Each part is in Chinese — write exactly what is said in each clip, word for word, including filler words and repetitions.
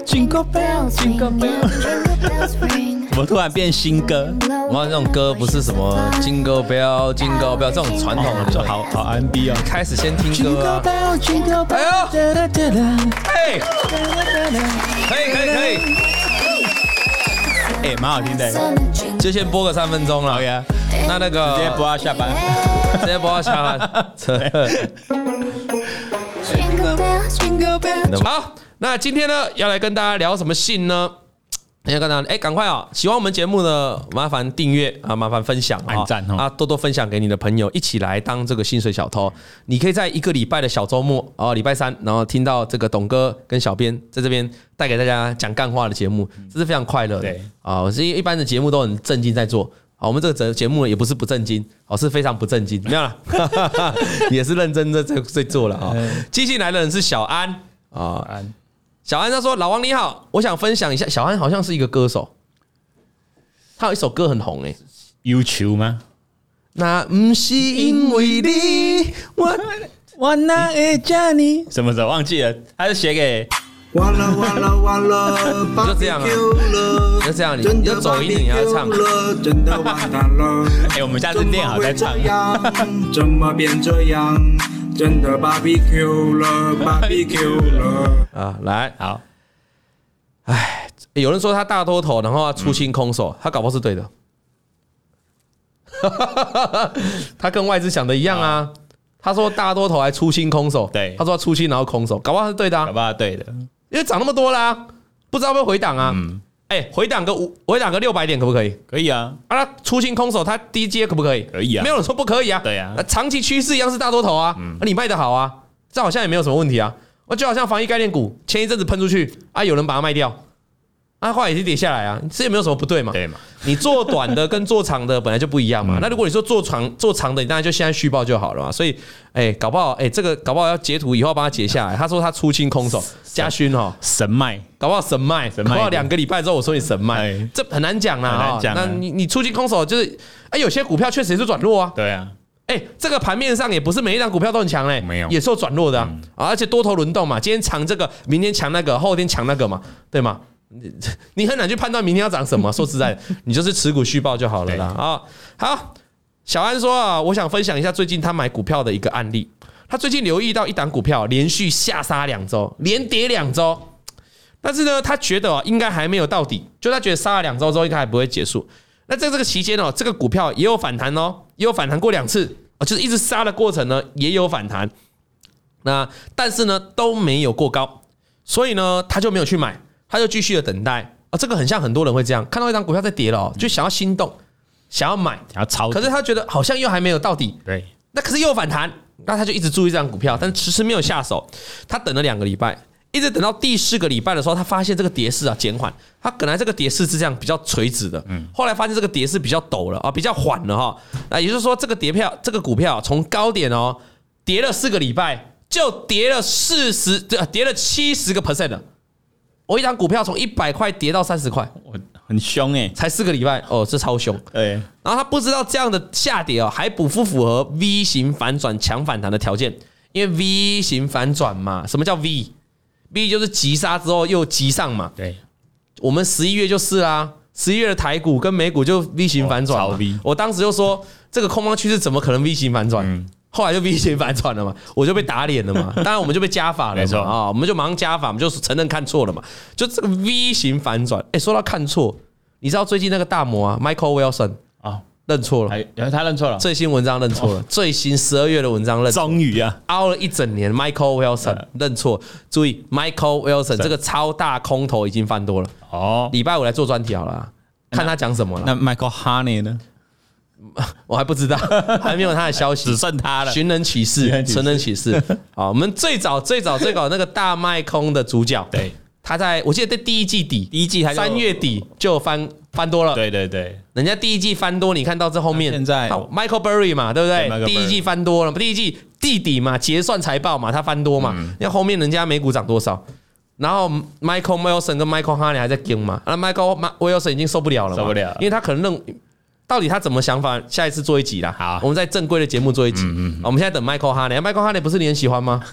Jingle Bell Jingle Bell 怎么突然变新歌？ 我们这种歌不是什么 Jingle Bell Jingle Bell 这种传统的， 就好好 R and B 哦。 开始先听歌啊！ Jingle Bell 哎呦，哎，可以可以可以， 哎，蛮好听的， 就先播个三分钟了。 OK 啊， 那那个直接播到下班， 直接播到下班。好，那今天呢，要来跟大家聊什么信呢？要跟大家，哎，赶快啊！喜欢我们节目呢，麻烦订阅啊，麻烦分享按赞啊，多多分享给你的朋友，一起来当这个薪水小偷。你可以在一个礼拜的小周末啊，礼拜三，然后听到这个董哥跟小编在这边带给大家讲干话的节目，这是非常快乐的。 对啊，我是一般的节目都很正经在做。好，我们这个节目也不是不正经，哦，是非常不正经，没有啦，也是认真的在在做了啊。寄信来的人是小安啊，安，小安他说：“老王你好，我想分享一下，小安好像是一个歌手，他有一首歌很红诶、欸、 ，YouTube 吗？ 那不是因为你，我我哪会叫你？什么时候忘记了？他是写给。” 完了完了完了， 就这样啊，就这样，你你就走音，你要唱。 真的完蛋了， 哎，我们下次练好再唱。 怎么变这样？真的 barbecue 了 ，barbecue 了。 啊，来， 好。 哎，有人说他大多头，然后他出清空手，他搞不好是对的。他跟外资想的一样啊。他说大多头还出清空手， 对， 他说他出清然后空手，搞不好是对的啊， 搞不好对的， 因为涨那么多啦，不知道会不会回档啊？嗯，哎，回档个五，回档个六百点可不可以？ 可以啊。 啊，他出清空手，他低阶可不可以？ 可以啊。 没有人说不可以啊。 对啊。 长期趋势一样是大多头啊，嗯、你卖得好啊，这好像也没有什么问题啊。我就好像防疫概念股，前一阵子喷出去啊，有人把它卖掉。啊，后来也是跌下来啊，这也没有什么不对嘛。 对嘛？ 你做短的跟做长的本来就不一样嘛。嗯、那如果你说做长做长的，你当然就现在续报就好了嘛。所以，哎、欸，搞不好，哎、欸，这个搞不好要截图以后帮他截下来。他说他出清空手，嘉勋哈神卖， 搞不好神卖，搞不好两个礼拜之后我说你神卖，欸、这很难讲啦哈。那你你出清空手就是，哎、欸，有些股票确实也是转弱啊。 对啊。 哎、欸，这个盘面上也不是每一档股票都很强嘞， 没有， 也是有转弱的啊。嗯、而且多头轮动嘛，今天强这个，明天强那个，后天强那个嘛，对吗？你很难去判断明天要涨什么。说实在的，你就是持股续报就好了啦。啊，好，小安说啊，我想分享一下最近他买股票的一个案例。他最近留意到一档股票连续下杀两周，连跌两周，但是呢，他觉得应该还没有到底，就他觉得杀了两周之后应该还不会结束。那在这个期间哦，这个股票也有反弹哦，也有反弹过两次哦，就是一直杀的过程呢也有反弹。那但是呢都没有过高，所以呢他就没有去买。他就继续的等待啊，这个很像很多人会这样，看到一张股票在跌了，就想要心动，想要买， 想要抄， 可是他觉得好像又还没有到底， 对， 那可是又反弹，那他就一直注意这张股票，但是迟迟没有下手。他等了两个礼拜，一直等到第四个礼拜的时候，他发现这个跌势啊减缓。他本来这个跌势是这样比较垂直的，后来发现这个跌势比较陡了啊，比较缓了哈。那也就是说，这个跌票，这个股票从高点哦跌了四个礼拜，就跌了四十，跌了七十个 percent 了。我一张股票从一百块跌到三十块， 很凶哎、欸， 才四个礼拜哦，这超凶。 对， 然后他不知道这样的下跌哦，还不符合 V 型反转强反弹的条件，因为 V 型反转嘛，什么叫 V？V 就是急杀之后又急上嘛。 对， 我们十一月就是啦，十一月的台股跟美股就 V 型反转嘛。我当时就说，这个空方趋势怎么可能 V 型反转？嗯后来就 V 型反转了嘛，我就被打脸了嘛，当然我们就被加法了嘛，啊，我们就马上加法，我们就承认看错了嘛，就这个 V 型反转。哎，说到看错，你知道最近那个大摩啊 ，Michael Wilson 啊，认错了， 他认错了， 最新文章认错了，最新十二月的文章认错， 终于啊， 熬了一整年 ，Michael Wilson 认错。注意 ，Michael Wilson 这个超大空头已经翻多了。哦，礼拜五来做专题好了，看他讲什么了。 那 Michael Honey 呢？ 我还不知道，还没有他的消息， 只剩他了。 寻人启事，寻人启事。好，我们最早最早最早那个大卖空的主角， 对， 他在我记得在第一季底， 第一季他三月底就翻翻多了。 对对对， 人家第一季翻多，你看到这后面， 现在 Michael Burry 嘛，对不对？第一季翻多了，第一季季底嘛，结算财报嘛，他翻多嘛。那后面人家美股涨多少？然后 Michael Wilson 跟 Michael Honey 还在跟嘛，那 Michael Wilson 已经受不了了， 受不了， 因为他可能认。到底他怎么想法？下一次做一集啦。好，我们在正规的节目做一集。嗯嗯，我们现在等 Michael Honey，Michael Honey 不是你很喜欢吗？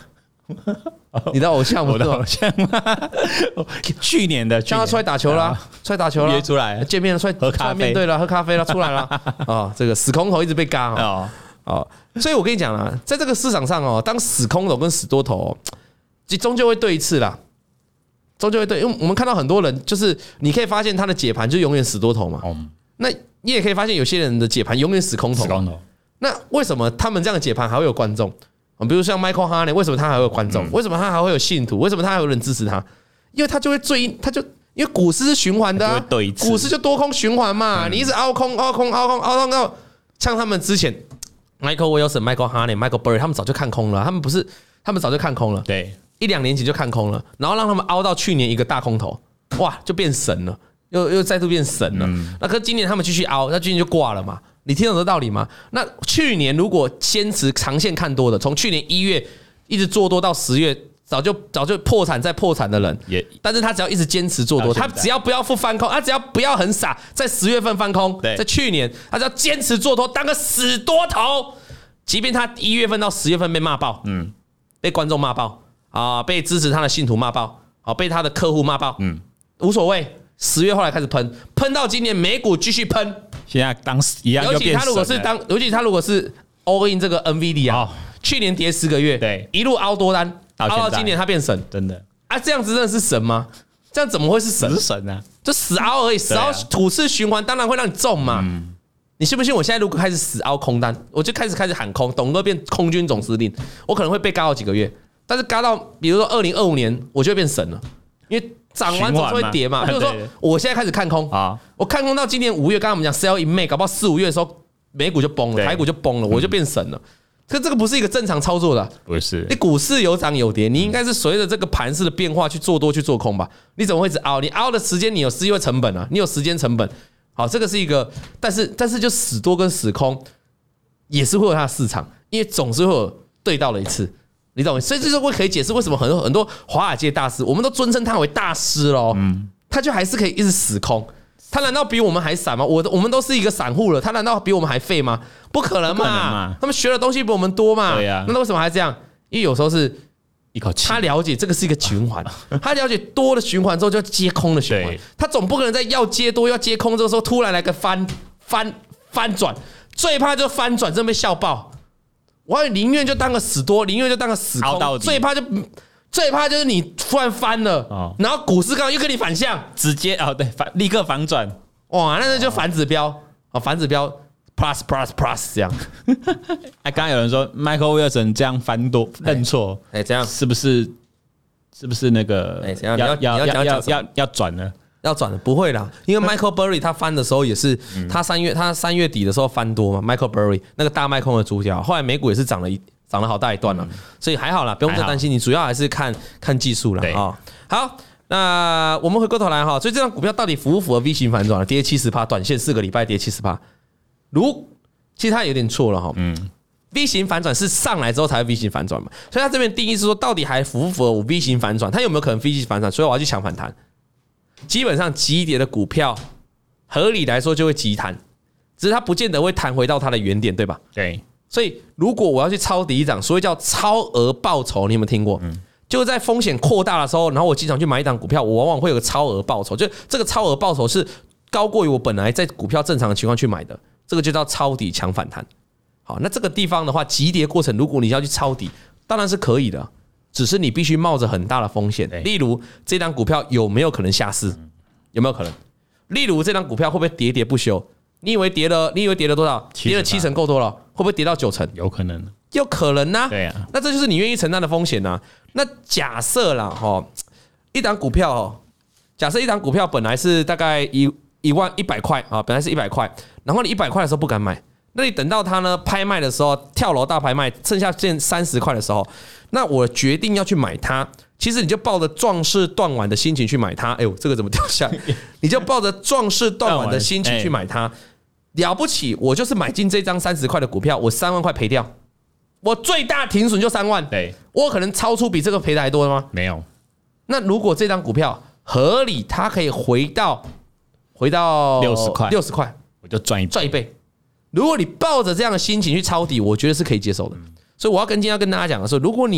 你的偶像， 我的偶像吗？去年的， 叫他出来打球啦，出来打球啦， 约出来见面了，出来喝咖啡， 面对了，喝咖啡了，出来了啊！这个死空头一直被嘎哦哦，所以我跟你讲啦，在这个市场上哦，当死空头跟死多头，终究会对一次啦，终究会对，因为我们看到很多人，就是你可以发现他的解盘就永远死多头嘛，那你也可以发现有些人的解盘永远死空头，死空头。那为什么他们这样的解盘还会有观众？比如像 Michael Harney， 为什么他还会有观众？为什么他还会有信徒？为什么他还有人支持他？因为他就会最，他就因为股市是循环的、啊，股市就多空循环嘛，你一直凹空、凹空、凹空、凹空、凹，像他们之前 Michael Wilson、Michael Harney、Michael Burry， 他们早就看空了，他们不是，他们早就看空了，对，一两年前就看空了，然后让他们凹到去年一个大空头，哇，就变神了，又又再度变神了。嗯、那可是今年他们继续凹，那今年就挂了嘛。你听懂这道理吗？那去年如果坚持长线看多的，从去年一月一直做多到十月，早就早就破产再破产的人，也，但是他只要一直坚持做多，他只要不要复翻空，他只要不要很傻，在十月份翻空，在去年他只要坚持做多，当个死多头，即便他一月份到十月份被骂爆，嗯，被观众骂爆啊，被支持他的信徒骂爆，啊，被他的客户骂爆，嗯，无所谓。十月后来开始喷，喷到今年美股继续喷。现在当一样，尤其他如果是当，尤其他如果是 all in 这个 N V D 啊，去年跌十个月，对，一路凹多单，凹到今年他变神，真的啊，这样子真的是神吗？这样怎么会是神？是神啊，就死凹而已，死凹股市循环，当然会让你中嘛。你信不信？我现在如果开始死凹空单，我就开始开始喊空，董哥变空军总司令，我可能会被嘎到几个月，但是嘎到比如说二零二五年，我就会变神了，因为涨完总是会跌嘛，就是说我现在开始看空啊，我看空到今年五月，刚刚我们讲 sell in May， 搞不好四五月的时候美股就崩了，台股就崩了，我就变神了。可这个不是一个正常操作的、啊，不是。你股市有涨有跌，你应该是随着这个盘势的变化去做多去做空吧？你怎么会一直凹？你凹的时间你有机会成本啊，你有时间成本。好，这个是一个，但是但是就死多跟死空也是会有它的市场，因为总是会有对到了一次。你懂吗？所以这就会可以解释为什么很多很多华尔街大师，我们都尊称他为大师喽，嗯，他就还是可以一直死空。他难道比我们还散吗？我我们都是一个散户了，他难道比我们还废吗？不可能嘛！嘛他们学的东西比我们多嘛？对呀、啊。那为什么还这样？因为有时候是一口气，他了解这个是一个循环，他了解多的循环之后就要接空的循环，他总不可能在要接多要接空这个时候突然来个翻翻翻转，最怕就翻转，真被笑爆。我宁愿就当个死多，宁愿就当个死空，最怕就最怕就是你突然翻了，哦、然后股市刚好又跟你反向，直接哦对，反立刻反转，哇，那就反指标啊，反指标 plus plus plus 这样。哎，刚刚有人说 Michael Wilson 这样翻多认错，哎，这样是不是是不是那个？哎，这样要要要要要要转了。要转的不会啦，因为 Michael Burry 他翻的时候也是，他三月他三月底的时候翻多嘛 ，Michael Burry 那个大卖空的主角，后来美股也是涨了一涨了好大一段了，所以还好啦，不用再担心。你主要还是看看技术啦啊。好，那我们回过头来哈，所以这张股票到底符不符合 V 型反转？跌七十趴，短线四个礼拜跌七十趴，如其实它有点错了哈。嗯 ，V 型反转是上来之后才会 V 型反转嘛，所以它这边定义是说，到底还符不符合 V 型反转？它有没有可能 V 型反转？所以我要去抢反弹。基本上急跌的股票，合理来说就会急弹，只是它不见得会弹回到它的原点，对吧？对。所以如果我要去抄底一档，所谓叫超额报酬，你有没有听过？嗯。就是在风险扩大的时候，然后我经常去买一档股票，我往往会有个超额报酬，就这个超额报酬是高过于我本来在股票正常的情况去买的，这个就叫抄底抢反弹。好，那这个地方的话，急跌过程，如果你要去抄底，当然是可以的。只是你必须冒着很大的风险，例如这张股票有没有可能下市？有没有可能？例如这张股票会不会跌跌不休？你以为跌了，你以为跌了多少？跌了七成够多了，会不会跌到九成？有可能，有可能呐、啊。对啊，那这就是你愿意承担的风险呐、啊。那假设啦，哈，一档股票哦，假设一档股票本来是大概一一万一百块啊，本来是一百块，然后你一百块的时候不敢买。那你等到它呢拍卖的时候，跳楼大拍卖，剩下剩三十块的时候，那我决定要去买它。其实你就抱着壮士断腕的心情去买它。哎呦，这个怎么掉下来？你就抱着壮士断腕的心情去买它。了不起，我就是买进这张三十块的股票，我三万块赔掉，我最大停损就三万。对，我可能超出比这个赔的还多吗？没有。那如果这张股票合理，它可以回到回到六十块，六十块，我就赚一赚一倍。如果你抱着这样的心情去抄底，我觉得是可以接受的。所以我要跟今天要跟大家讲的是，如果你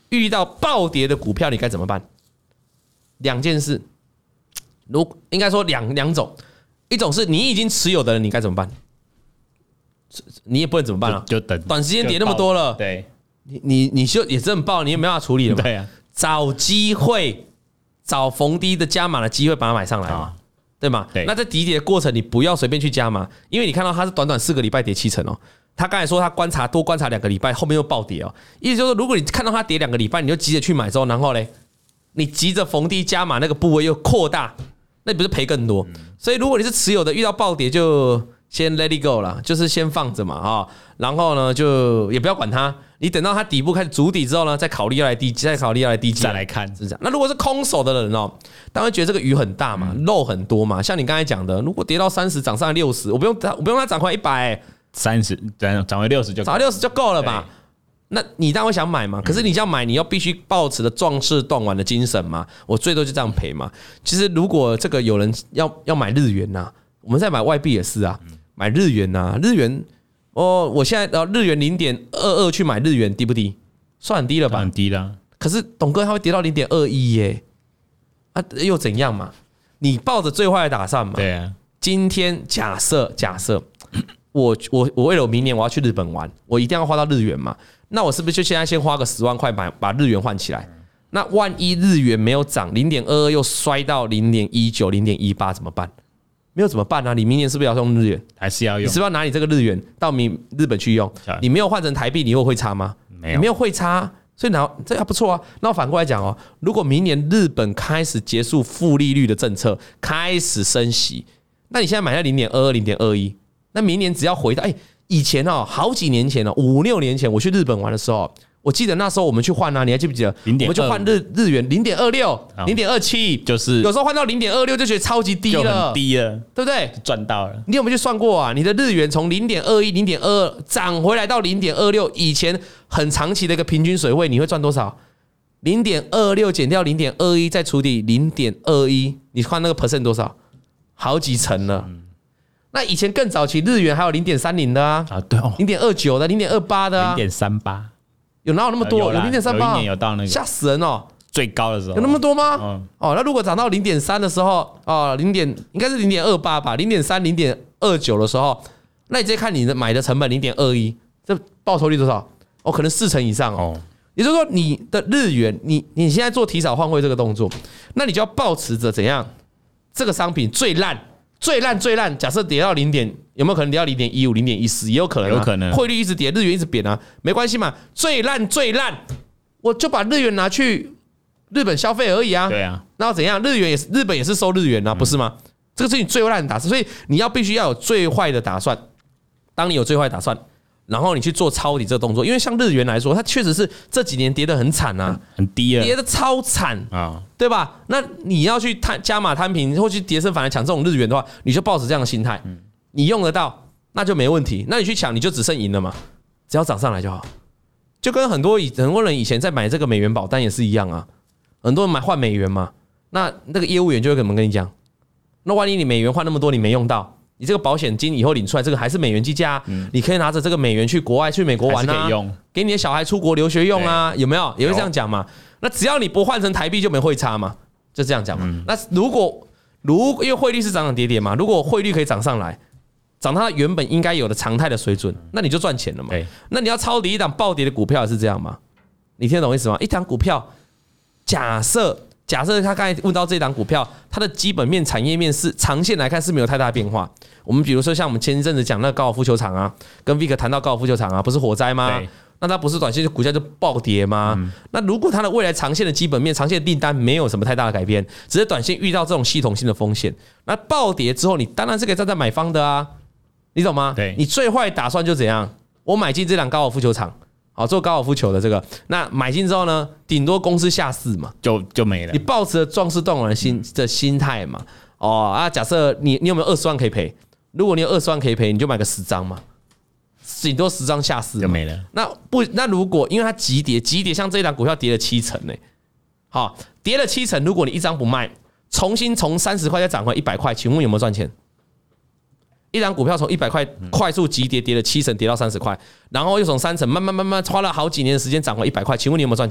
遇到暴跌的股票，你该怎么办？两件事，如应该说两两种，一种是你已经持有的人，你该怎么办？你也不能怎么办啊？ 就等短时间跌那么多了， 对， 你你你就也真爆，你也没办法处理了嘛。 对啊， 找机会，找逢低的加码的机会把它买上来嘛， 啊对吗？ 对那在底跌的过程，你不要随便去加码，因为你看到它是短短四个礼拜跌七成哦。他刚才说他观察多观察两个礼拜，后面又暴跌哦。意思就是说，如果你看到它跌两个礼拜，你就急着去买之后，然后嘞，你急着逢低加码那个部位又扩大，那你不是赔更多？所以如果你是持有的，遇到暴跌就先 let it go 啦，就是先放着嘛啊。然后呢，就也不要管它，你等到它底部开始筑底之后呢，再考虑要来低，再考虑要来低阶再来看是这样。那如果是空手的人哦，当然觉得这个鱼很大嘛，肉很多嘛。像你刚才讲的，如果跌到三十，涨上来六十，我不用我不用它涨回一百。 三十涨涨回六十就涨六十就够了吧？那你当然会想买嘛，可是你这样买，你要必须抱持的壮士断腕的精神嘛。我最多就这样赔嘛。其实如果这个有人要要买日元呐、啊，我们在买外币也是啊，买日元呐、啊，日元哦，我现在日元零点二二去买日元低不低？算很低了吧？ 很低了。 可是董哥他会跌到零点二一耶，啊又怎样嘛？你抱着最坏的打算嘛。 对啊， 今天假设假设。我我我为了我明年我要去日本玩，我一定要花到日元嘛？那我是不是就现在先花个十万块买把日元换起来？那万一日元没有涨，零点二二又摔到零点一九、零点一八怎么办？没有怎么办啊？你明年是不是要用日元？ 还是要用？ 你是不是要拿你这个日元到明日本去用？你没有换成台币，你又会差吗？ 没有， 你没有会差，所以拿这还不错啊。那我反过来讲哦，如果明年日本开始结束负利率的政策，开始升息，那你现在买在零点二二、零点二一。那明年只要回到哎，以前哦，好几年前哦，五六年前我去日本玩的时候，我记得那时候我们去换啊，你还记不记得？我们就换日日元零点二六、零点二七， 就是有时候换到零点二六就觉得超级低了， 就很低了， 对不对？ 赚到了。 你有没有去算过啊？你的日元从零点二一、零点二二涨回来到零点二六，以前很长期的一个平均水位，你会赚多少？零点二六减掉零点二一，再除以零点二一，你换那个 percent 多少？好几成了。嗯那以前更早期日元还有零点三零的啊， 啊对哦， 零点二九的，零点二八的啊， 零点三八， 有哪有那么多？有零点三八， 有一年有到那个吓死人哦！ 最高的时候有那么多吗？ 嗯， 哦，那如果涨到零点三的时候，哦，零点应该是零点二八吧，零点三、零点二九的时候，那你直接看你的买的成本零点二一，这报酬率多少？哦，可能四成以上哦。哦也就是说，你的日元，你你现在做提早换汇这个动作，那你就要抱持着怎样？这个商品最烂。最烂最烂，假设跌到零点，有没有可能跌到零点一五、零点一四？也有可能、啊， 有可能。 汇率一直跌，日元一直贬啊，没关系嘛。最烂最烂，我就把日元拿去日本消费而已啊。 对啊， 然后怎样？日元也是日本也是收日元啊，不是吗？嗯、这个是你最烂的打算，所以你要必须要有最坏的打算。当你有最坏的打算，然后你去做抄底这个动作，因为像日元来说，它确实是这几年跌得很惨啊， 很低啊， 跌得超惨啊， 对吧？那你要去摊加码摊平，或去跌升反而抢这种日元的话，你就抱着这样的心态，你用得到，那就没问题。那你去抢，你就只剩赢了嘛，只要涨上来就好。就跟很多以很多人以前在买这个美元保单也是一样啊，很多人买换美元嘛，那那个业务员就会怎么跟你讲？那万一你美元换那么多，你没用到。你这个保险金以后领出来，这个还是美元计价、啊嗯，你可以拿着这个美元去国外、去美国玩啊，给你的小孩出国留学用啊，有没有？也会这样讲嘛？那只要你不换成台币，就没汇差嘛，就这样讲嘛。嗯、那如果如因为汇率是涨涨跌跌嘛，如果汇率可以涨上来，涨到它原本应该有的常态的水准，那你就赚钱了嘛。那你要抄底一档暴跌的股票也是这样吗？你听得懂意思吗？一档股票，假设。假设他刚才问到这档股票，它的基本面、产业面是长线来看是没有太大变化。我们比如说像我们前一阵子讲那个高尔夫球场啊，跟 Vic 谈到高尔夫球场啊，不是火灾吗？那它不是短线股价就暴跌吗？嗯、那如果它的未来长线的基本面、长线的订单没有什么太大的改变，只是短线遇到这种系统性的风险，那暴跌之后，你当然是可以站在买方的啊，你懂吗？ 对， 你最坏打算就怎样？我买进这档高尔夫球场。好，做高尔夫球的这个，那买进之后呢，顶多公司下市嘛， 就就没了。 你抱持着壮士断腕的心的心态嘛，哦啊，假设你你有没有二十万可以赔？如果你有二十万可以赔，你就买个十张嘛，顶多十张下市就没了。 那不，那如果因为它急跌，急跌像这一档股票跌了七成呢、欸，好，跌了七成，如果你一张不卖，重新从三十块再涨回一百块，请问有没有赚钱？一张股票从一百块快速急跌，跌了七成，跌到三十块，然后又从三成慢慢慢慢花了好几年的时间涨回一百块，请问你有没有赚钱？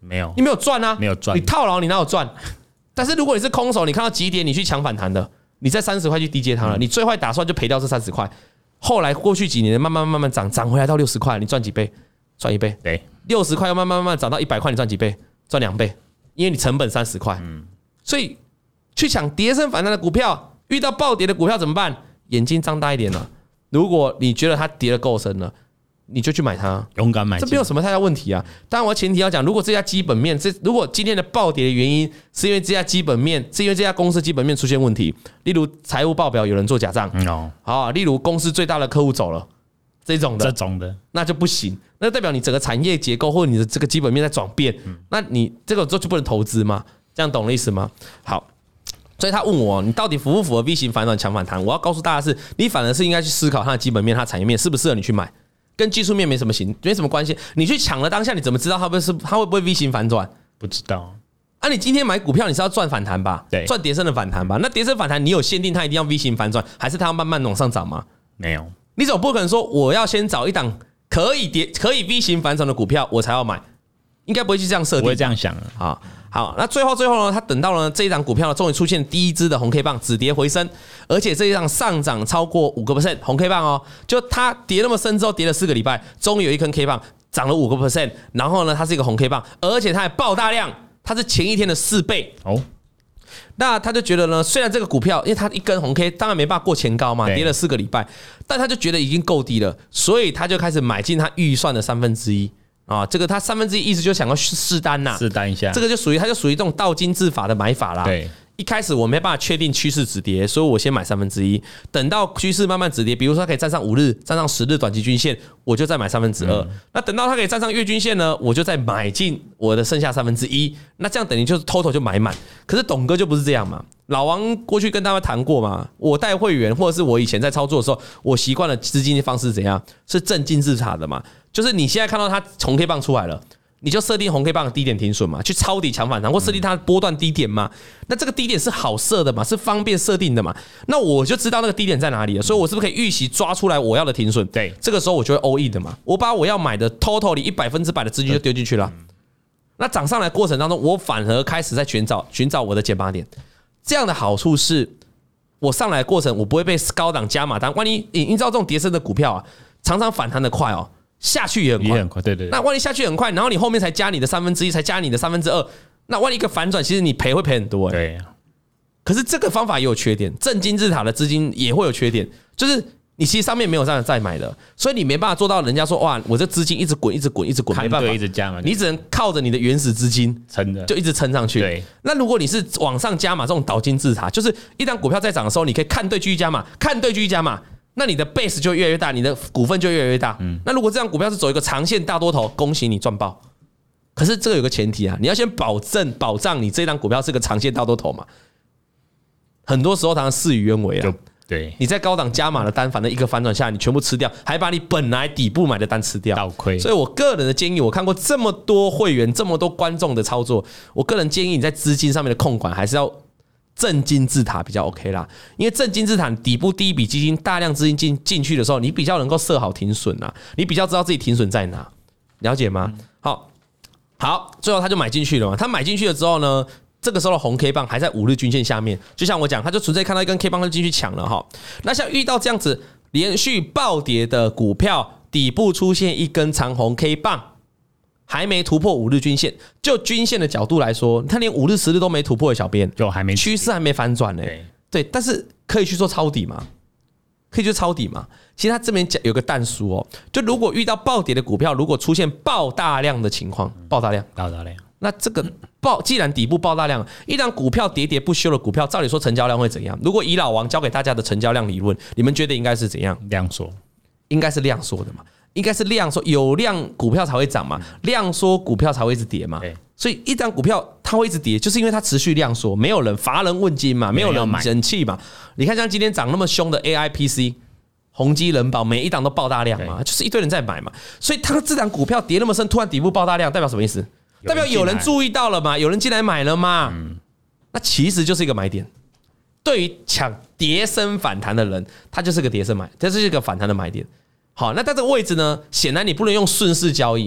没有， 你没有赚啊， 没有赚你套牢你哪有赚？但是如果你是空手，你看到几点你去抢反弹的，你在三十块去低接它了，你最坏打算就赔掉这三十块。后来过去几年慢慢慢慢涨，涨回来到六十块，你赚几倍？赚一倍。 对， 六十块又慢慢慢慢涨到一百块，你赚几倍？赚两倍，因为你成本三十块。嗯，所以去抢跌升反弹的股票，遇到暴跌的股票怎么办？眼睛张大一点了。如果你觉得它跌得够深了，你就去买它， 勇敢买进， 这没有什么太大问题啊。当然，我前提要讲，如果这家基本面，这如果今天的暴跌的原因是因为这家基本面，是因为这家公司基本面出现问题，例如财务报表有人做假账， 嗯哦， 好，例如公司最大的客户走了，这种的， 这种的， 那就不行。那代表你整个产业结构或你的这个基本面在转变，那你这个就就不能投资吗？这样懂了意思吗？好。所以他问我，你到底符不符合 V 型反转强反弹？我要告诉大家是，你反而是应该去思考它的基本面、它的产业面适不适合你去买，跟技术面没什么行，没什么关系。你去抢了当下，你怎么知道它会不会是它会不会 V 型反转？ 不知道。 啊，你今天买股票你是要赚反弹吧？ 对， 赚跌升的反弹吧？那跌升反弹你有限定它一定要 V 型反转，还是它要慢慢往上涨吗？ 没有。 你总不可能说我要先找一档可以跌可以 V 型反转的股票我才要买，应该不会去这样设定， 不会这样想啊。好，那最后最后呢？他等到了这一档股票呢，终于出现第一支的红 K 棒止跌回升，而且这一档上涨超过五个 percent 红 K 棒哦，就它跌那么深之后，跌了四个礼拜，终于有一根 K 棒涨了五个 percent， 然后呢，它是一个红 K 棒，而且它还爆大量，它是前一天的四倍哦。那他就觉得呢，虽然这个股票，因为它一根红 K， 当然没办法过前高嘛，跌了四个礼拜，但他就觉得已经够低了，所以他就开始买进他预算的三分之一。啊，这个他三分之一意思就想要试单呐， 试单一下， 这个就属于他就属于这种倒金字法的买法啦。 对， 一开始我没办法确定趋势止跌，所以我先买三分之一，等到趋势慢慢止跌，比如说它可以站上五日、站上十日短期均线，我就再买三分之二。那等到它可以站上月均线呢，我就再买进我的剩下三分之一。那这样等于就是 total 就买满。可是董哥就不是这样嘛。老王过去跟大家谈过嘛，我带会员或者是我以前在操作的时候，我习惯了资金的方式是怎样？是正金字塔的嘛，就是你现在看到它红 K 棒出来了。你就设定红 K 棒的低点停损嘛，去抄底强反弹，或设定它的波段低点嘛。那这个低点是好设的嘛，是方便设定的嘛。那我就知道那个低点在哪里了，所以我是不是可以预期抓出来我要的停损？对，这个时候我就会 all in 的嘛。我把我要买的 total 里一百分之百的资金就丢进去了。那涨上来过程当中，我反而开始在寻找寻找我的减码点。这样的好处是，我上来的过程我不会被高档加码单。万一你你知道这种跌升的股票啊，常常反弹的快哦。下去也很快， 也很快，对对对。 那万一下去很快，然后你后面才加你的三分之一，才加你的三分之二，那万一一个反转，其实你赔会赔很多、欸。 对。 可是这个方法也有缺点，正金字塔的资金也会有缺点，就是你其实上面没有这样再买的，所以你没办法做到人家说哇，我这资金一直滚，一直滚，一直滚，没办法， 一直加嘛， 你只能靠着你的原始资金撑的， 就一直撑上去。 对。那如果你是往上加码这种倒金字塔，就是一旦股票在涨的时候，你可以看对继续加码，看对继续加码。那你的 base 就越来越大，你的股份就越来越大。嗯，那如果这样股票是走一个长线大多头，恭喜你赚爆。可是这个有个前提啊，你要先保证保障你这张股票是个长线大多头嘛。很多时候常常事与愿违啊。 对， 你在高档加码的单，反正一个反转下来，你全部吃掉，还把你本来底部买的单吃掉， 倒亏。 所以我个人的建议，我看过这么多会员、这么多观众的操作，我个人建议你在资金上面的控管还是要。正金字塔比较 OK 啦，因为正金字塔底部第一笔基金大量资金进进去的时候，你比较能够设好停损啊，你比较知道自己停损在哪，了解吗？好，好，最后他就买进去了嘛。他买进去了之后呢，这个时候的红 K 棒还在五日均线下面，就像我讲，他就纯粹看到一根 K 棒就进去抢了哈。那像遇到这样子连续暴跌的股票，底部出现一根长红 K 棒。还没突破五日均线，就均线的角度来说，他连五日、十日都没突破的小编， 就还没趋势还没反转呢、欸。对，但是可以去做抄底吗？可以去抄底吗？其实他这边讲有个但书哦，就如果遇到暴跌的股票，如果出现爆大量的情况，爆大量， 爆大量， 那这个爆既然底部爆大量，一旦股票跌跌不休的股票，照理说成交量会怎样？如果以老王教给大家的成交量理论，你们觉得应该是怎样？ 量缩， 应该是量缩的嘛。应该是量缩，有量股票才会涨嘛，量缩股票才会一直跌嘛。所以一张股票它会一直跌，就是因为它持续量缩，没有人乏人问津嘛，没有人人气嘛。你看像今天涨那么凶的 A I P C、宏基、人保，每一档都爆大量嘛，就是一堆人在买嘛。所以它这档股票跌那么深，突然底部爆大量，代表什么意思？代表有人注意到了嘛，有人进来买了嘛。那其实就是一个买点。对于抢跌升反弹的人，它就是个跌升买，这是一个反弹的买点。好，那在这个位置呢，显然你不能用顺势交易，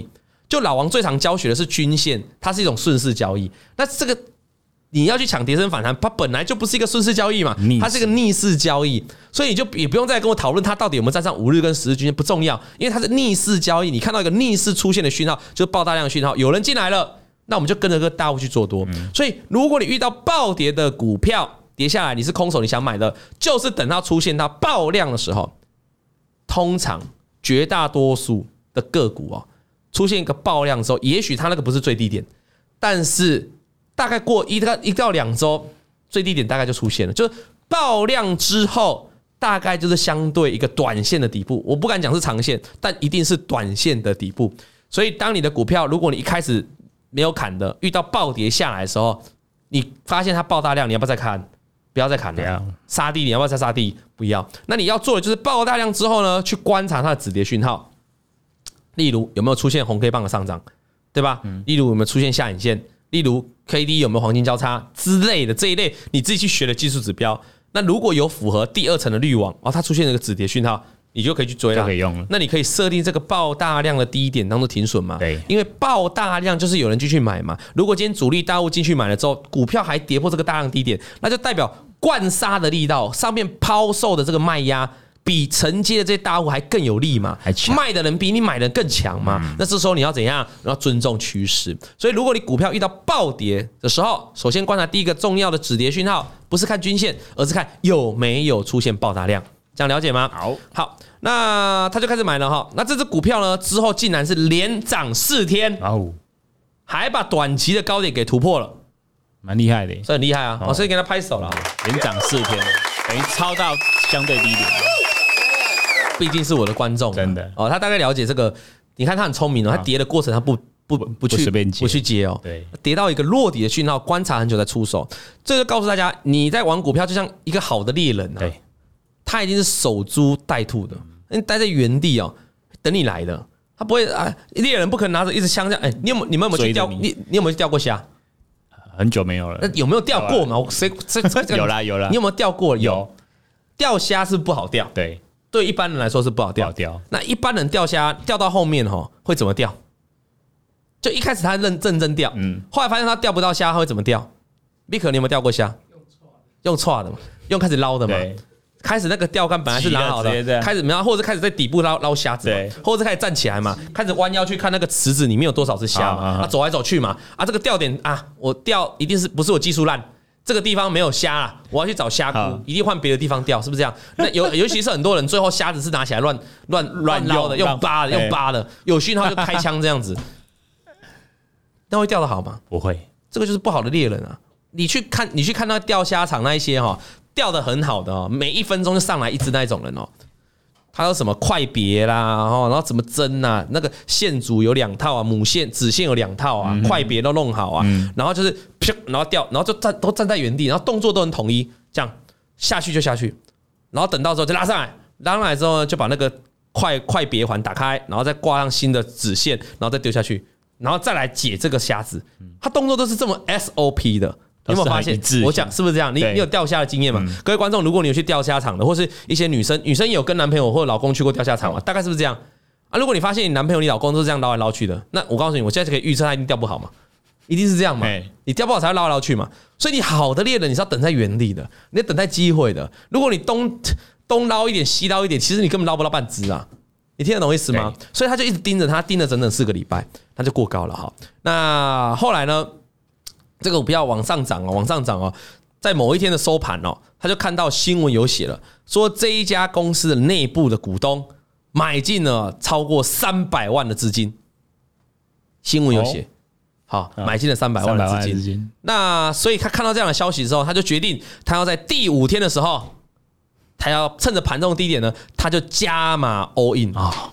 就老王最常教学的是均线，它是一种顺势交易。那这个你要去抢跌升反弹，它本来就不是一个顺势交易嘛，它是一个逆势交易，所以你就也不用再跟我讨论它到底有没有站上五日跟十日均线，不重要，因为它是逆势交易。你看到一个逆势出现的讯号，就是爆大量的讯号，有人进来了，那我们就跟着个大户去做多。嗯、所以如果你遇到暴跌的股票跌下来，你是空手，你想买的，就是等它出现到爆量的时候，通常绝大多数的个股哦。出现一个爆量之后，也许它那个不是最低点，但是大概过一到一到两周，最低点大概就出现了。就是爆量之后，大概就是相对一个短线的底部。我不敢讲是长线，但一定是短线的底部。所以，当你的股票如果你一开始没有砍的，遇到暴跌下来的时候，你发现它爆大量，你要不要再砍？不要再砍了。杀低，你要不要再杀低？不要。那你要做的就是爆大量之后呢，去观察它的止跌讯号。例如有没有出现红 K 棒的上涨，对吧？例如有没有出现下影线，例如 K D 有没有黄金交叉之类的这一类，你自己去学的技术指标。那如果有符合第二层的滤网，哦，它出现了一个止跌讯号，你就可以去追了， 就可以用了。 那你可以设定这个爆大量的低点当做停损嘛？ 对， 因为爆大量就是有人进去买嘛。如果今天主力大户进去买了之后，股票还跌破这个大量低点，那就代表灌杀的力道，上面抛售的这个卖压。比承接的这些大户还更有力嘛？卖的人比你买的人更强嘛？嗯、那这时候你要怎样？你要尊重趋势。所以，如果你股票遇到暴跌的时候，首先观察第一个重要的止跌讯号，不是看均线，而是看有没有出现爆大量。这样了解吗？ 好， 好，那他就开始买了哈。那这只股票呢，之后竟然是连涨四天，哦，还把短期的高点给突破了， 蛮厉害的， 这很厉害啊！哦，所以给他拍手了， 连涨四天，等于超到相对低点。 毕竟是我的观众， 真的哦，他大概了解这个。你看他很聪明哦，他跌的过程他不不不去不去接哦， 对， 跌到一个落底的讯号，观察很久再出手。这就告诉大家，你在玩股票就像一个好的猎人啊， 对， 他一定是守株待兔的，你待在原地哦，等你来的。他不会啊，猎人不可能拿着一支枪这样。哎，你有你们有没有去钓？你你有没有去钓过虾？ 很久没有了。 那有没有钓过嘛？我谁谁有啦有啦。 你有没有钓过？有。钓虾是不好钓， 对。 对一般人来说是不好钓， 钓那一般人钓虾钓到后面哈会怎么钓？就一开始他认认真钓，嗯，后来发现他钓不到虾，他会怎么钓？米可，你有没有钓过虾？用叉的嘛，用开始捞的嘛。开始那个钓竿本来是拿好的，开始没有，或者开始在底部捞捞虾子，对，或者开始站起来嘛，开始弯腰去看那个池子里面有多少只虾嘛，啊，走来走去嘛，啊，这个钓点啊，我钓一定是不是我技术烂？这个地方没有虾啦，我要去找虾窟，一定换别的地方钓，是不是这样？那尤尤其是很多人最后虾子是拿起来乱乱乱捞的，用扒的，用扒的，有讯号就开枪这样子，那会钓得好吗？ 不会， 这个就是不好的猎人啊！你去看，你去看那钓虾场那一些哈，钓得很好的哦，每一分钟就上来一只那一种人哦。他有什么快别啦，然后怎么蒸啊？那个线组有两套啊，母线、子线有两套啊，快别都弄好啊。然后就是，然后掉，然后就站都站在原地，然后动作都很统一，这样下去就下去，然后等到之后就拉上来，拉上来之后呢，就把那个快快别环打开，然后再挂上新的子线，然后再丢下去，然后再来解这个虾子。他动作都是这么 S O P 的。你有没有发现？我讲是不是这样？你你有钓虾的经验吗？各位观众，如果你有去钓虾场的，或是一些女生，女生也有跟男朋友或者老公去过钓虾场嘛？大概是不是这样啊？如果你发现你男朋友、你老公都是这样捞来捞去的，那我告诉你，我现在就可以预测他一定钓不好嘛，一定是这样嘛。你钓不好才会捞来捞去嘛。所以你好的猎人，你是要等在原地的，你要等待机会的。如果你东东捞一点，西捞一点，其实你根本捞不到半只啊。你听得懂意思吗？所以他就一直盯着他，盯了整整四个礼拜，他就过高了哈。那后来呢？这个股票往上涨哦，往上涨哦，在某一天的收盘哦，他就看到新闻有写了，说这一家公司的内部的股东买进了超过三百万的资金，新闻有写，好，买进了三百万的资金。那所以他看到这样的消息之后，他就决定他要在第五天的时候，他要趁着盘中低点呢，他就加码 all in 啊。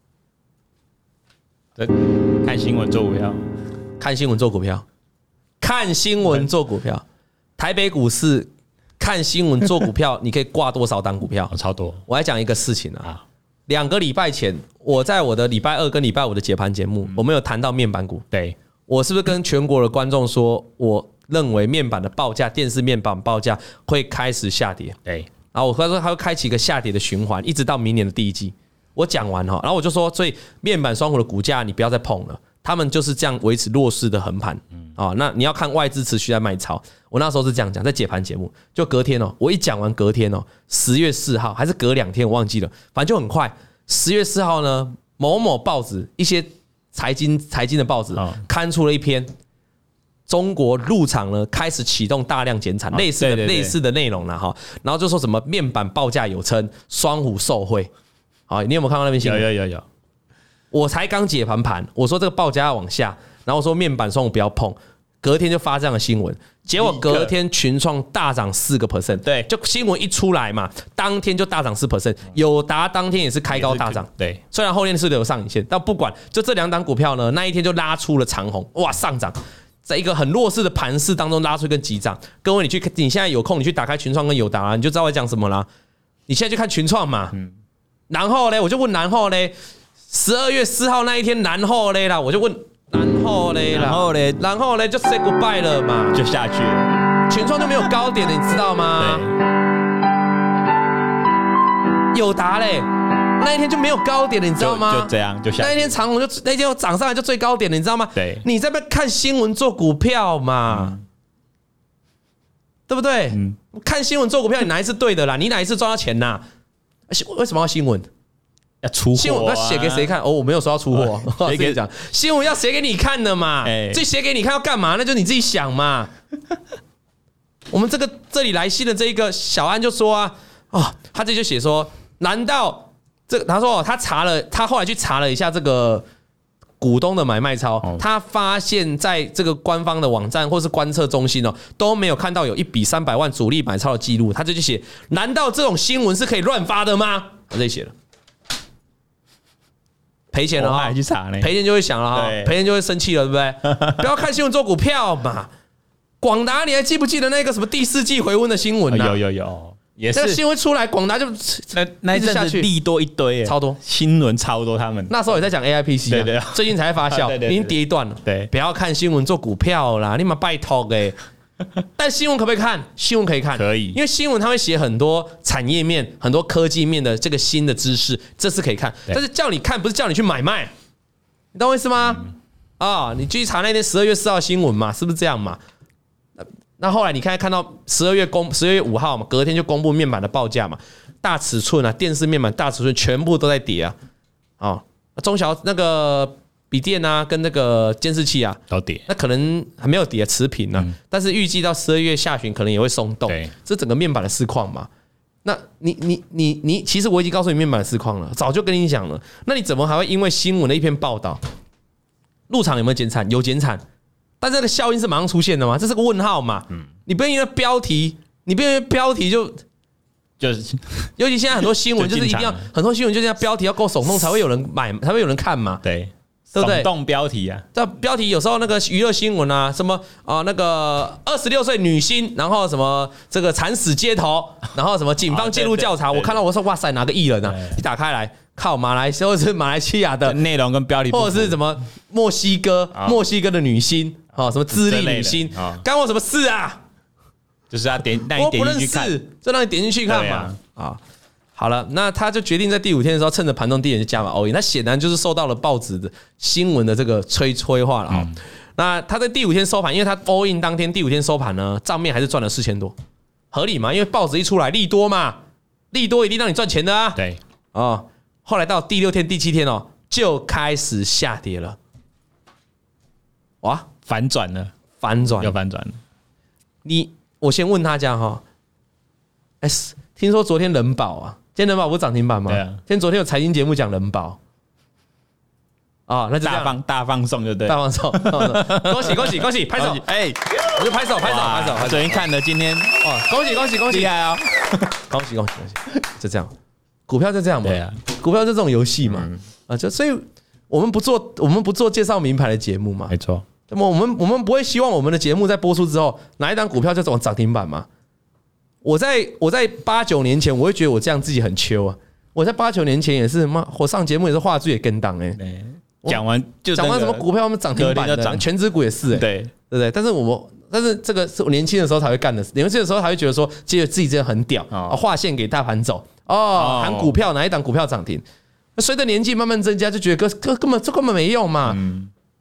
看新闻做股票， 看新闻做股票。看新闻做股票，台北股市看新闻做股票，你可以挂多少档股票？ 超多。 我来讲一个事情啊，两个礼拜前，我在我的礼拜二跟礼拜五的解盘节目，我们有谈到面板股。 对， 我是不是跟全国的观众说，我认为面板的报价，电视面板报价会开始下跌？ 对， 然后我说它会开启一个下跌的循环，一直到明年的第一季。我讲完哈，然后我就说，所以面板双虎的股价你不要再碰了。 他们就是这样维持弱势的横盘。啊、哦，那你要看外资持续在卖超。我那时候是这样讲，在解盘节目，就隔天哦，我一讲完隔天哦，十月四号还是隔两天我忘记了，反正就很快。十月四号呢，某某报纸一些财经财经的报纸刊出了一篇，中国入场呢开始启动大量减产，类似的对对对类似的内容啦哈。然后就说什么面板报价有称，双虎受惠。好，你有没有看到那篇新闻？ 有有有有。 我才刚解盘盘，我说这个报价要往下。然后说面板双虎不要碰，隔天就发这样的新闻，结果隔天群创大涨四个 percent， 对， 就新闻一出来嘛，当天就大涨四 percent， 友达当天也是开高大涨， 对， 虽然后天是留上影线，但不管，就这两档股票呢，那一天就拉出了长红，哇，上涨，在一个很弱势的盘势当中拉出一根急涨。各位，你去，你现在有空，你去打开群创跟友达啦，你就知道我讲什么啦。你现在去看群创嘛，嗯，然后嘞，我就问然后嘞，十二月四号那一天，然后嘞啦，我就问。然后嘞， 然后嘞， 然后嘞就 say goodbye 了嘛， 就下去了， 群创就没有高点了，你知道吗？友达嘞，那一天就没有高点了，你知道吗？ 就, 就这样就下去。 那一天长虹就那一天涨上来就最高点了，你知道吗？ 对， 你在那边看新闻做股票嘛，嗯、对不对？嗯，看新闻做股票，你哪一次对的啦？你哪一次赚到钱呐？为什么要新闻？ 要出货、啊， 新闻要写给谁看？哦，我没有说要出货，谁给讲？新闻要写给你看的嘛，这、欸、写给你看要干嘛？那就你自己想嘛。我们这个这里来信的这一个小安就说啊，哦，他这就写说，难道这他说、哦、他查了，他后来去查了一下这个股东的买卖超，哦、他发现在这个官方的网站或是观测中心哦都没有看到有一笔三百万主力买超的记录，他就去写，难道这种新闻是可以乱发的吗？他这里写了。赔钱了哈， 去查呢， 赔钱就会想了哈，赔钱就会生气了，对不对？不要看新闻做股票嘛。广达，你还记不记得那个什么第四季回温的新闻呢、啊？ 有有有，也是。 那个新闻出来，广达就那那一阵子利多一堆， 超多新闻超多。他们那时候也在讲 A I P C， 对对， 最近才发酵，已经跌一段了。 对， 不要看新闻做股票啦，你妈拜托哎。但新闻可不可以看？新闻可以看， 可以， 因为新闻它会写很多产业面、很多科技面的这个新的知识，这是可以看。但是叫你看，不是叫你去买卖，你懂我意思吗？嗯、啊，你去查那天十二月四号新闻嘛，是不是这样嘛？那后来你看看到十二月公十二月五号嘛，隔天就公布面板的报价嘛，大尺寸啊，电视面板大尺寸全部都在跌啊，啊，中小那个。笔电啊，跟那个监视器啊都跌， 那可能还没有跌持平呢、啊，嗯、但是预计到十二月下旬可能也会松动，这整个面板的市况嘛。那你你你你，其实我已经告诉你面板的市况了，早就跟你讲了。那你怎么还会因为新闻的一篇报道，入场有没有减产？有减产，但这个效应是马上出现的吗？这是个问号嘛。嗯、你不要因为标题，你不要因为标题就就是， 尤其现在很多新闻就是一定要很多新闻就是要标题要够耸动才会有人买，才会有人看嘛。 对。 对不对？ 动标题啊， 这标题有时候那个娱乐新闻啊，什么啊、呃、那个二十六岁女星，然后什么这个惨死街头，然后什么警方介入调查，我看到我说哇塞，哪个艺人啊？一打开来，靠马来西亚或者是马来西亚的内容跟标题， 或者是什么墨西哥墨西哥的女星啊，什么智利女星，干我什么事啊？ 就是要点，让你点进去看， 就让你点进去看嘛啊。好了，那他就决定在第五天的时候，趁着盘中低点就加码 all in。那显然就是受到了报纸的新闻的这个催催化了啊、嗯。那他在第五天收盘，因为他 all in 当天第五天收盘呢，账面还是赚了四千多，合理嘛？因为报纸一出来，利多嘛，利多一定让你赚钱的啊。 对啊、哦，后来到第六天、第七天哦，就开始下跌了。哇， 反转了， 反转， 又反转了。 你，我先问他家哈，哎，听说昨天人保啊。今天人保不是涨停板吗？ 对啊。 今天昨天有财经节目讲人保，啊、哦，那就大放大放送就对， 大放送，恭喜恭喜恭喜，拍手！哎、欸，我就拍手拍手拍手拍手。 昨天看的，今天哦，恭喜恭喜恭喜， 厉害哦！ 恭喜恭喜恭喜，就这样，股票就这样嘛， 对啊， 股票就这种游戏嘛，嗯、啊，就所以我们不做我们不做介绍名牌的节目嘛， 没错。 那么我们我们不会希望我们的节目在播出之后，哪一档股票就走涨停板嘛？我在我在八九年前，我会觉得我这样自己很秋啊。我在八九年前也是妈，我上节目也是话剧也跟档哎， 讲完就讲完什么股票我们涨停板的，全指股也是哎、欸， 对对不对？但是我们但是这个是我年轻的时候才会干的，年轻的时候才会觉得说，觉得自己真的很屌啊，划线给大盘走哦，喊股票哪一档股票涨停，随着年纪慢慢增加，就觉得根根根本这根本没用嘛。嗯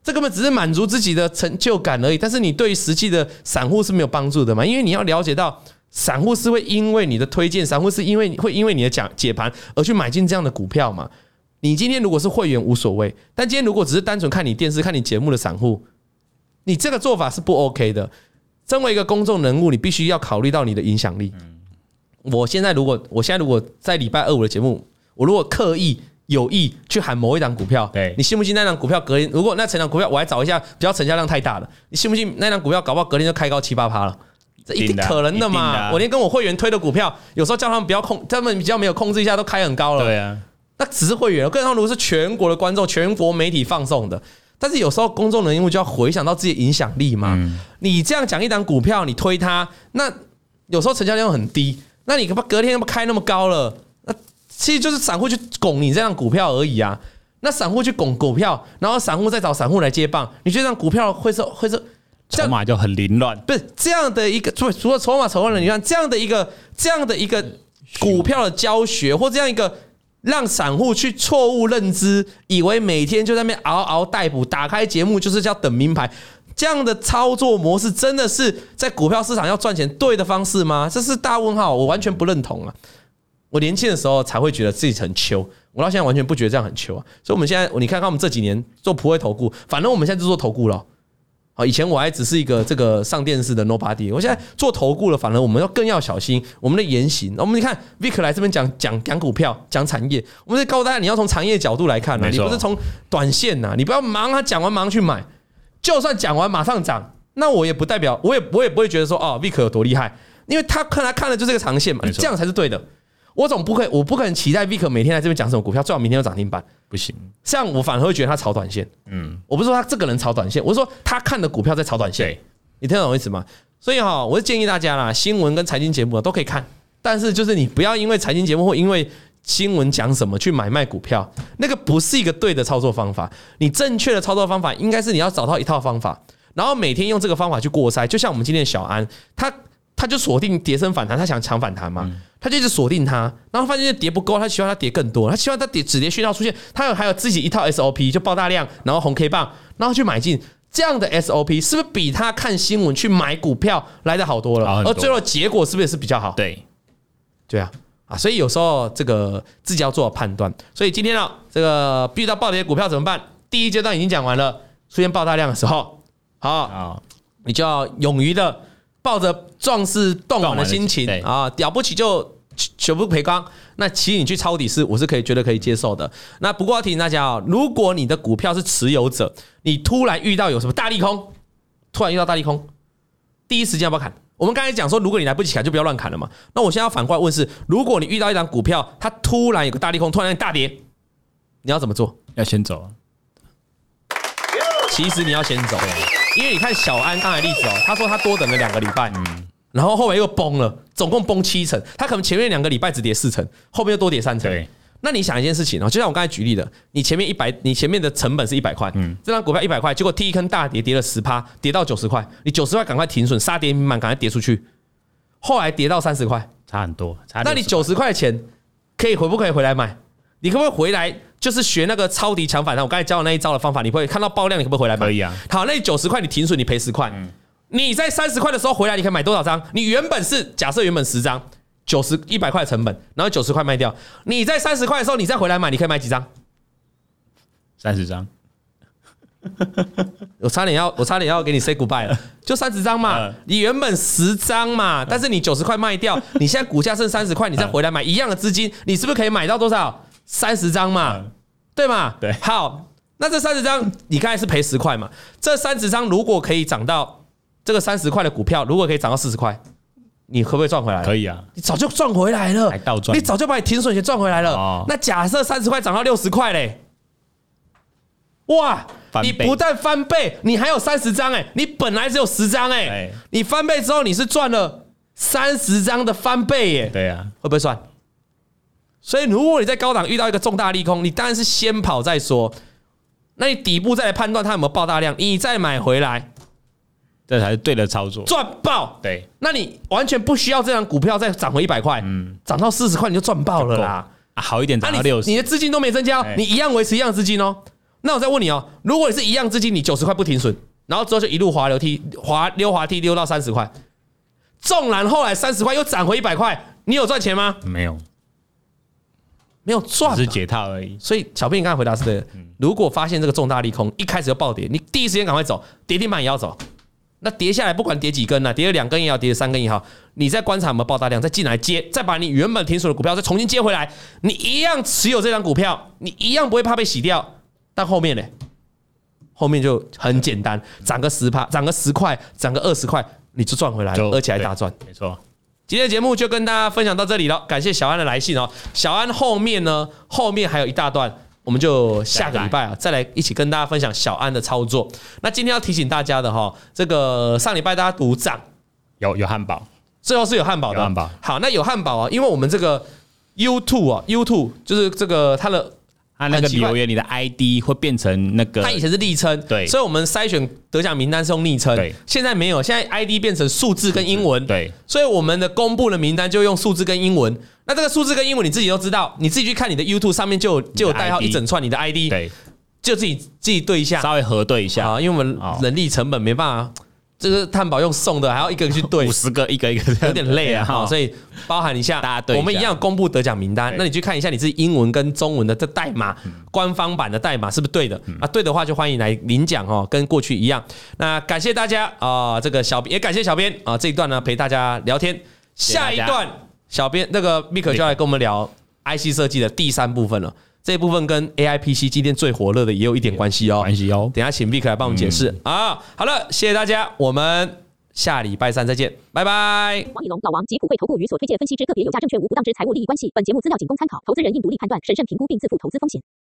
这根本只是满足自己的成就感而已。但是你对于实际的散户是没有帮助的嘛？因为你要了解到，散户是会因为你的推荐，散户是因为会因为你的讲解盘而去买进这样的股票嘛。你今天如果是会员无所谓，但今天如果只是单纯看你电视、看你节目的散户，你这个做法是不 OK 的。身为一个公众人物，你必须要考虑到你的影响力。我现在如果我现在如果在礼拜二五的节目，我如果刻意有意去喊某一档股票， 对， 你信不信那档股票隔天，如果那成档股票我还找一下比较成交量太大的，你信不信那档股票搞不好隔天就开高七八趴了？这一定可能的嘛！ 的啊、 我连跟我会员推的股票，有时候叫他们不要控，他们比较没有控制一下，都开很高了。 对啊。 那只是会员，更何况如果是全国的观众、全国媒体放送的，但是有时候公众人物就要回想到自己的影响力嘛。嗯、你这样讲一档股票，你推它，那有时候成交量很低，那你隔天开那么高了，那其实就是散户去拱你这档股票而已啊。那散户去拱股票，然后散户再找散户来接棒，你觉得这档股票会是会是筹码就很凌乱？ 不是这样的一个，除除了筹码筹码的，你看这样的一个这样的一个股票的教学，或这样一个。让散户去错误认知，以为每天就在那边嗷嗷待哺，打开节目就是叫等名牌，这样的操作模式真的是在股票市场要赚钱对的方式吗？这是大问号，我完全不认同啊！我年轻的时候才会觉得自己很秋，我到现在完全不觉得这样很秋啊！所以我们现在，你看看我们这几年做普惠投顾，反正我们现在就做投顾了。好，以前我还只是一个这个上电视的 nobody， 我现在做投顾了，反而我们要更要小心我们的言行。我们你看 Vic 来这边讲讲讲股票，讲产业，我们是告诉大家你要从产业角度来看啊，你不是从短线呐、啊，你不要忙他讲完马上去买，就算讲完马上涨，那我也不代表，我也我也不会觉得说哦 Vic 有多厉害，因为他看他看的就是一个长线嘛，这样才是对的。我总不可以，我不可能期待 Vic 每天来这边讲什么股票，最好明天有涨停板， 不行。 这样我反而会觉得他炒短线。嗯，我不是说他这个人炒短线，我是说他看的股票在炒短线。你听得懂我意思吗？所以哈，我是建议大家啦，新闻跟财经节目都可以看，但是就是你不要因为财经节目或因为新闻讲什么去买卖股票，那个不是一个对的操作方法。你正确的操作方法应该是你要找到一套方法，然后每天用这个方法去过筛。就像我们今天的小安，他他就锁定跌升反弹，他想抢反弹嘛。嗯，他就一直锁定它，然后发现跌不够，他希望它跌更多，他希望它跌止跌讯号出现，他有还有自己一套 S O P， 就爆大量，然后红 K 棒，然后去买进，这样的 S O P 是不是比他看新闻去买股票来的好多了？而最后结果是不是也是比较好？ 对， 对啊，啊，所以有时候这个自己要做判断。所以今天呢，这个遇到暴跌股票怎么办？第一阶段已经讲完了，出现爆大量的时候，好，你就要勇于的。抱着壮士断腕的心情啊，了不起就全部赔光。那其实你去抄底是，我是可以觉得可以接受的。那不过要提醒大家哦，如果你的股票是持有者，你突然遇到有什么大利空，突然遇到大利空，第一时间要不要砍？我们刚才讲说，如果你来不及砍，就不要乱砍了嘛。那我现在要反过来问是，如果你遇到一档股票，它突然有个大利空，突然大跌，你要怎么做？ 要先走。 其实你要先走。因为你看小安刚才的例子哦，他说他多等了两个礼拜，嗯，然后后面又崩了，总共崩七成，他可能前面两个礼拜只跌四成，后面又多跌三成。对，那你想一件事情哦，就像我刚才举例的，你前面一百，你前面的成本是一百块，嗯，这张股票一百块，结果第一坑大跌，跌了十趴，跌到九十块，你九十块赶快停损，杀跌停板赶快跌出去，后来跌到三十块， 差很多，差那你九十块钱可以回不可以回来买？你可不可以回来？就是学那个超低强反弹，我刚才教的那一招的方法，你会看到爆量，你可不可以回来买？ 可以啊。 好，那你九十块你停损，你赔十块。嗯，你在三十块的时候回来，你可以买多少张？你原本是假设原本十张，九十一百块成本，然后九十块卖掉。你在三十块的时候，你再回来买，你可以买几张？ 三十张。 我差点要，我差点要给你 say goodbye 了，就三十张嘛。你原本十张嘛，但是你九十块卖掉，你现在股价剩三十块，你再回来买一样的资金，你是不是可以买到多少？三十张嘛，对吗？ 对。 好，那这三十张你刚才是赔十块嘛？这三十张如果可以涨到这个三十块的股票，如果可以涨到四十块，你可不可以赚回来？ 可以啊， 你早就赚回来了， 还倒赚， 你早就把你停损钱赚回来了。哦，那假设三十块涨到六十块嘞，哇！你不但翻倍，你还有三十张哎，你本来只有十张哎，你翻倍之后你是赚了三十张的翻倍耶。 对啊， 会不会算？所以如果你在高档遇到一个重大利空，你当然是先跑再说。那你底部再来判断它有没有爆大量，你再买回来， 这才是对的操作， 赚爆。 对， 那你完全不需要这张股票再涨回一百块，嗯，涨到四十块你就赚爆了啦。 啊，好一点涨到六十， 你的资金都没增加，你一样维持一样的资金哦。 那我再问你哦，如果你是一样资金，你九十块不停损，然后之后就一路滑溜梯，滑溜滑梯溜到三十块，纵然后来三十块又涨回一百块，你有赚钱吗？ 没有， 没有赚， 只是解套而已。 所以小编你刚才回答是对的。如果发现这个重大利空一开始就暴跌，你第一时间赶快走，跌停板也要走。那跌下来不管跌几根啊，跌了两根也好，跌了三根也好，你再观察有没有爆大量，再进来接，再把你原本停损的股票再重新接回来，你一样持有这张股票，你一样不会怕被洗掉。但后面呢？后面就很简单，涨个十趴，涨个十块，涨个二十块，你就赚回来了，而且还大赚。 没错。 今天的节目就跟大家分享到这里了，感谢小安的来信哦。小安后面呢，后面还有一大段。我们就下个礼拜啊，再来一起跟大家分享小安的操作。那今天要提醒大家的哈，这个上礼拜大家赌涨有有汉堡， 最后是有汉堡的。 有汉堡。 好，那有汉堡啊，因为我们这个 YouTube 啊 ，YouTube 就是这个它的。 他那个留言，你的 I D 会变成那个， 他以前是昵称， 对， 所以我们筛选得奖名单是用昵称， 对， 现在没有，现在 I D 变成数字跟英文， 对， 所以我们的公布的名单就用数字跟英文。那这个数字跟英文你自己都知道，你自己去看你的 YouTube 上面就有就有代号一整串你的 I D， 对， 就自己自己对一下， 稍微核对一下啊，因为我们人力成本没办法。这个汉堡用送的，还要一个个去对， 五十个一个一个， 有点累啊，所以包含一下， 大家对， 我们一样公布得奖名单，那你去看一下你自己英文跟中文的这代码，官方版的代码是不是对的啊？对的话就欢迎来领奖哦，跟过去一样。那感谢大家啊，这个小编也感谢小编啊，这一段呢陪大家聊天，下一段小编那个 Mik 就要来跟我们聊 I C 设计的第三部分了。这一部分跟 A I P C 今天最火热的也有一点关系哦， 关系哦。 等一下请 Vic 来帮我们解释、嗯、啊。好了，谢谢大家，我们下礼拜三再见，拜拜。 王以龙、老王及普惠投顾与所推荐分析之个别有价证券无不当之财务利益关系。本节目资料仅供参考，投资人应独立判断、审慎评估并自负投资风险。